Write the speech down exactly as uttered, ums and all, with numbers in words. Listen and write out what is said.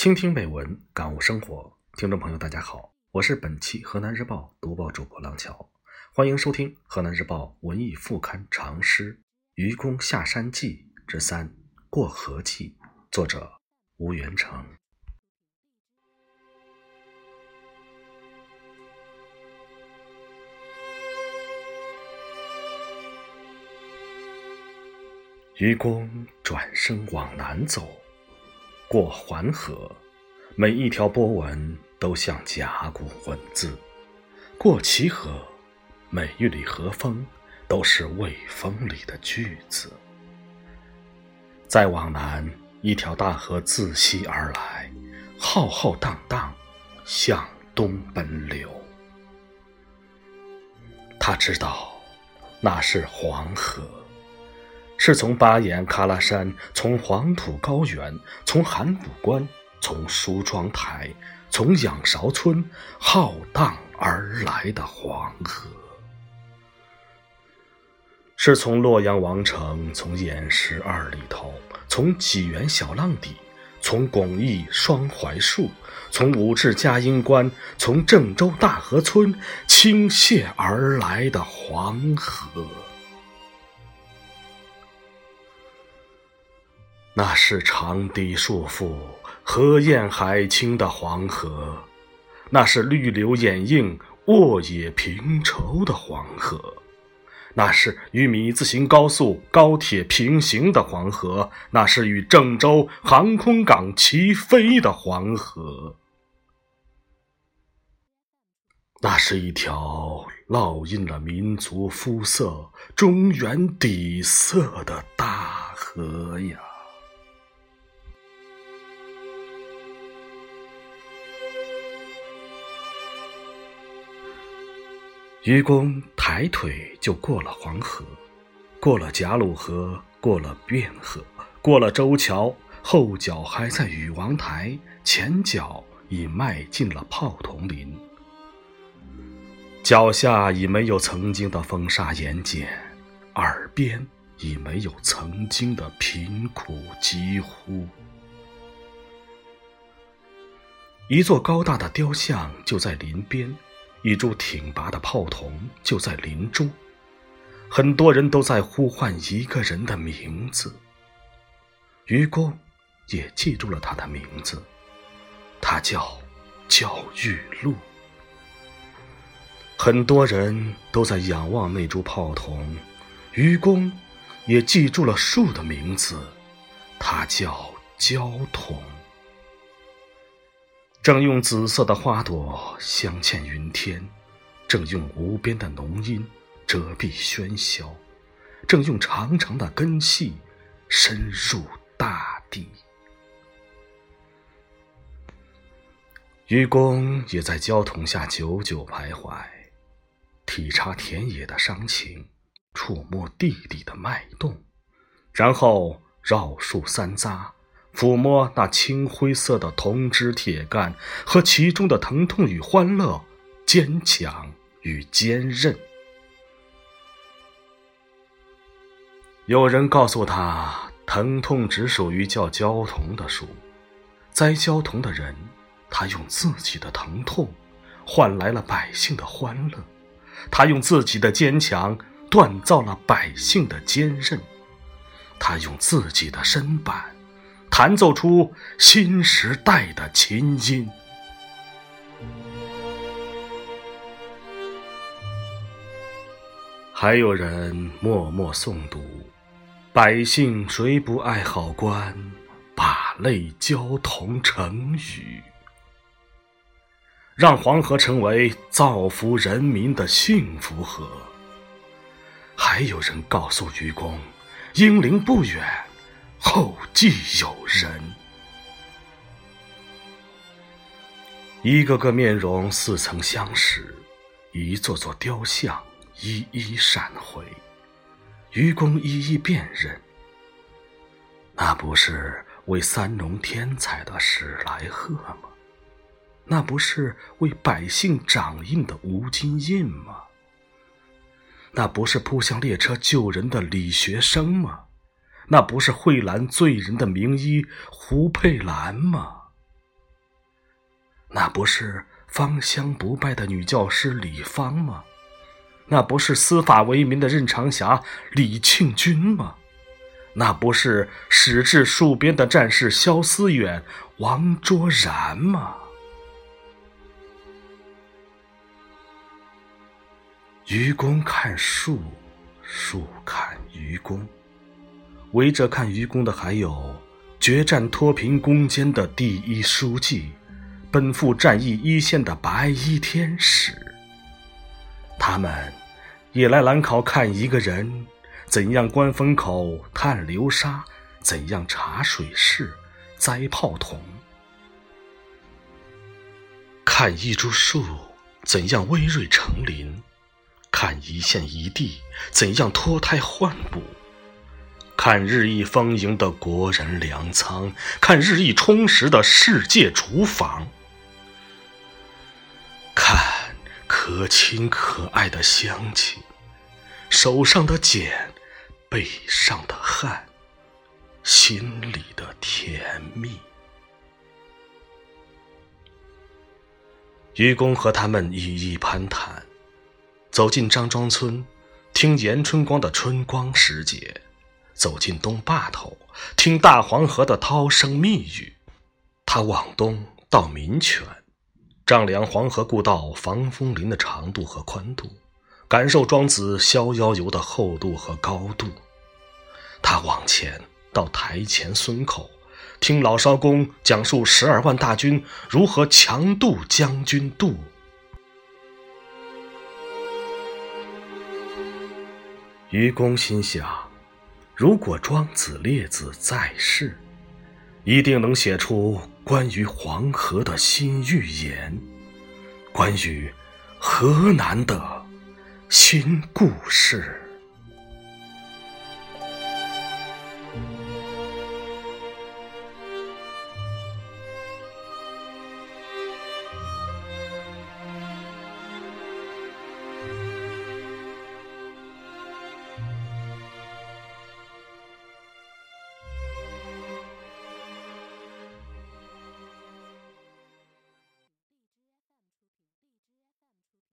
倾听美文，感悟生活。听众朋友大家好，我是本期河南日报读报主播廊桥，欢迎收听河南日报文艺副刊长诗《愚公下山记之三过河记》，作者吴元成。愚公转身往南走，过环河，每一条波纹都像甲骨文字；过齐河，每一缕河风都是卫风里的句子。再往南，一条大河自西而来，浩浩荡荡向东奔流。他知道那是黄河，是从巴彦喀拉山，从黄土高原，从函谷关，从梳妆台，从仰韶村浩荡而来的黄河，是从洛阳王城，从偃师二里头，从济源小浪底，从巩义双槐树，从武陟嘉阴关，从郑州大河村倾泻而来的黄河。那是长堤硕腹，河晏海清的黄河，那是绿柳掩映，沃野平畴的黄河，那是与米字形高速高铁平行的黄河，那是与郑州航空港齐飞的黄河，那是一条烙印了民族肤色、中原底色的大河呀。愚公抬腿就过了黄河，过了贾鲁河，过了汴河，过了周桥，后脚还在禹王台，前脚已迈进了炮筒林。脚下已没有曾经的风沙盐碱，耳边已没有曾经的贫苦疾呼。一座高大的雕像就在林边，一株挺拔的炮筒就在林中，很多人都在呼唤一个人的名字。愚公也记住了他的名字，他叫焦裕禄。很多人都在仰望那株炮筒，愚公也记住了树的名字，它叫焦筒。正用紫色的花朵镶嵌云天，正用无边的浓荫遮蔽喧嚣，正用长长的根系深入大地。愚公也在焦筒下久久徘徊，体察田野的伤情，触摸地里的脉动，然后绕树三匝，抚摸那青灰色的铜枝铁干和其中的疼痛与欢乐，坚强与坚韧。有人告诉他，疼痛只属于叫焦桐的树，栽焦桐的人，他用自己的疼痛换来了百姓的欢乐，他用自己的坚强锻造了百姓的坚韧，他用自己的身板弹奏出新时代的琴音。还有人默默诵读，百姓谁不爱好官，把泪交同成雨，让黄河成为造福人民的幸福河。还有人告诉愚公，英灵不远，后继有人。一个个面容似曾相识，一座座雕像一一闪回，愚公一一辨认，那不是为三农天才的史来贺吗？那不是为百姓掌印的吴金印吗？那不是扑向列车救人的李学生吗？那不是蕙兰罪人的名医胡佩兰吗？ 那不是芳香不败的女教师李芳吗？那不是司法为民的任长霞李庆军吗？那不是矢志戍边的战士萧思远王卓然吗？愚公看树，树看愚公。围着看愚公的还有决战脱贫攻坚的第一书记，奔赴战役一线的白衣天使。他们也来兰考看一个人怎样关风口探流沙，怎样查水势栽炮筒。看一株树怎样葳蕤成林，看一县一地怎样脱胎换骨，看日益丰盈的国人粮仓，看日益充实的世界厨房，看可亲可爱的乡亲，手上的茧，背上的汗，心里的甜蜜。愚公和他们一一攀谈，走进张庄村，听严春光的春光时节，走进东坝头，听大黄河的涛声密语。他往东到民权，丈量黄河故道防风林的长度和宽度，感受庄子逍遥游的厚度和高度。他往前到台前孙口，听老艄公讲述十二万大军如何强渡将军渡。愚公心想，如果庄子列子在世，一定能写出关于黄河的新预言，关于河南的新故事。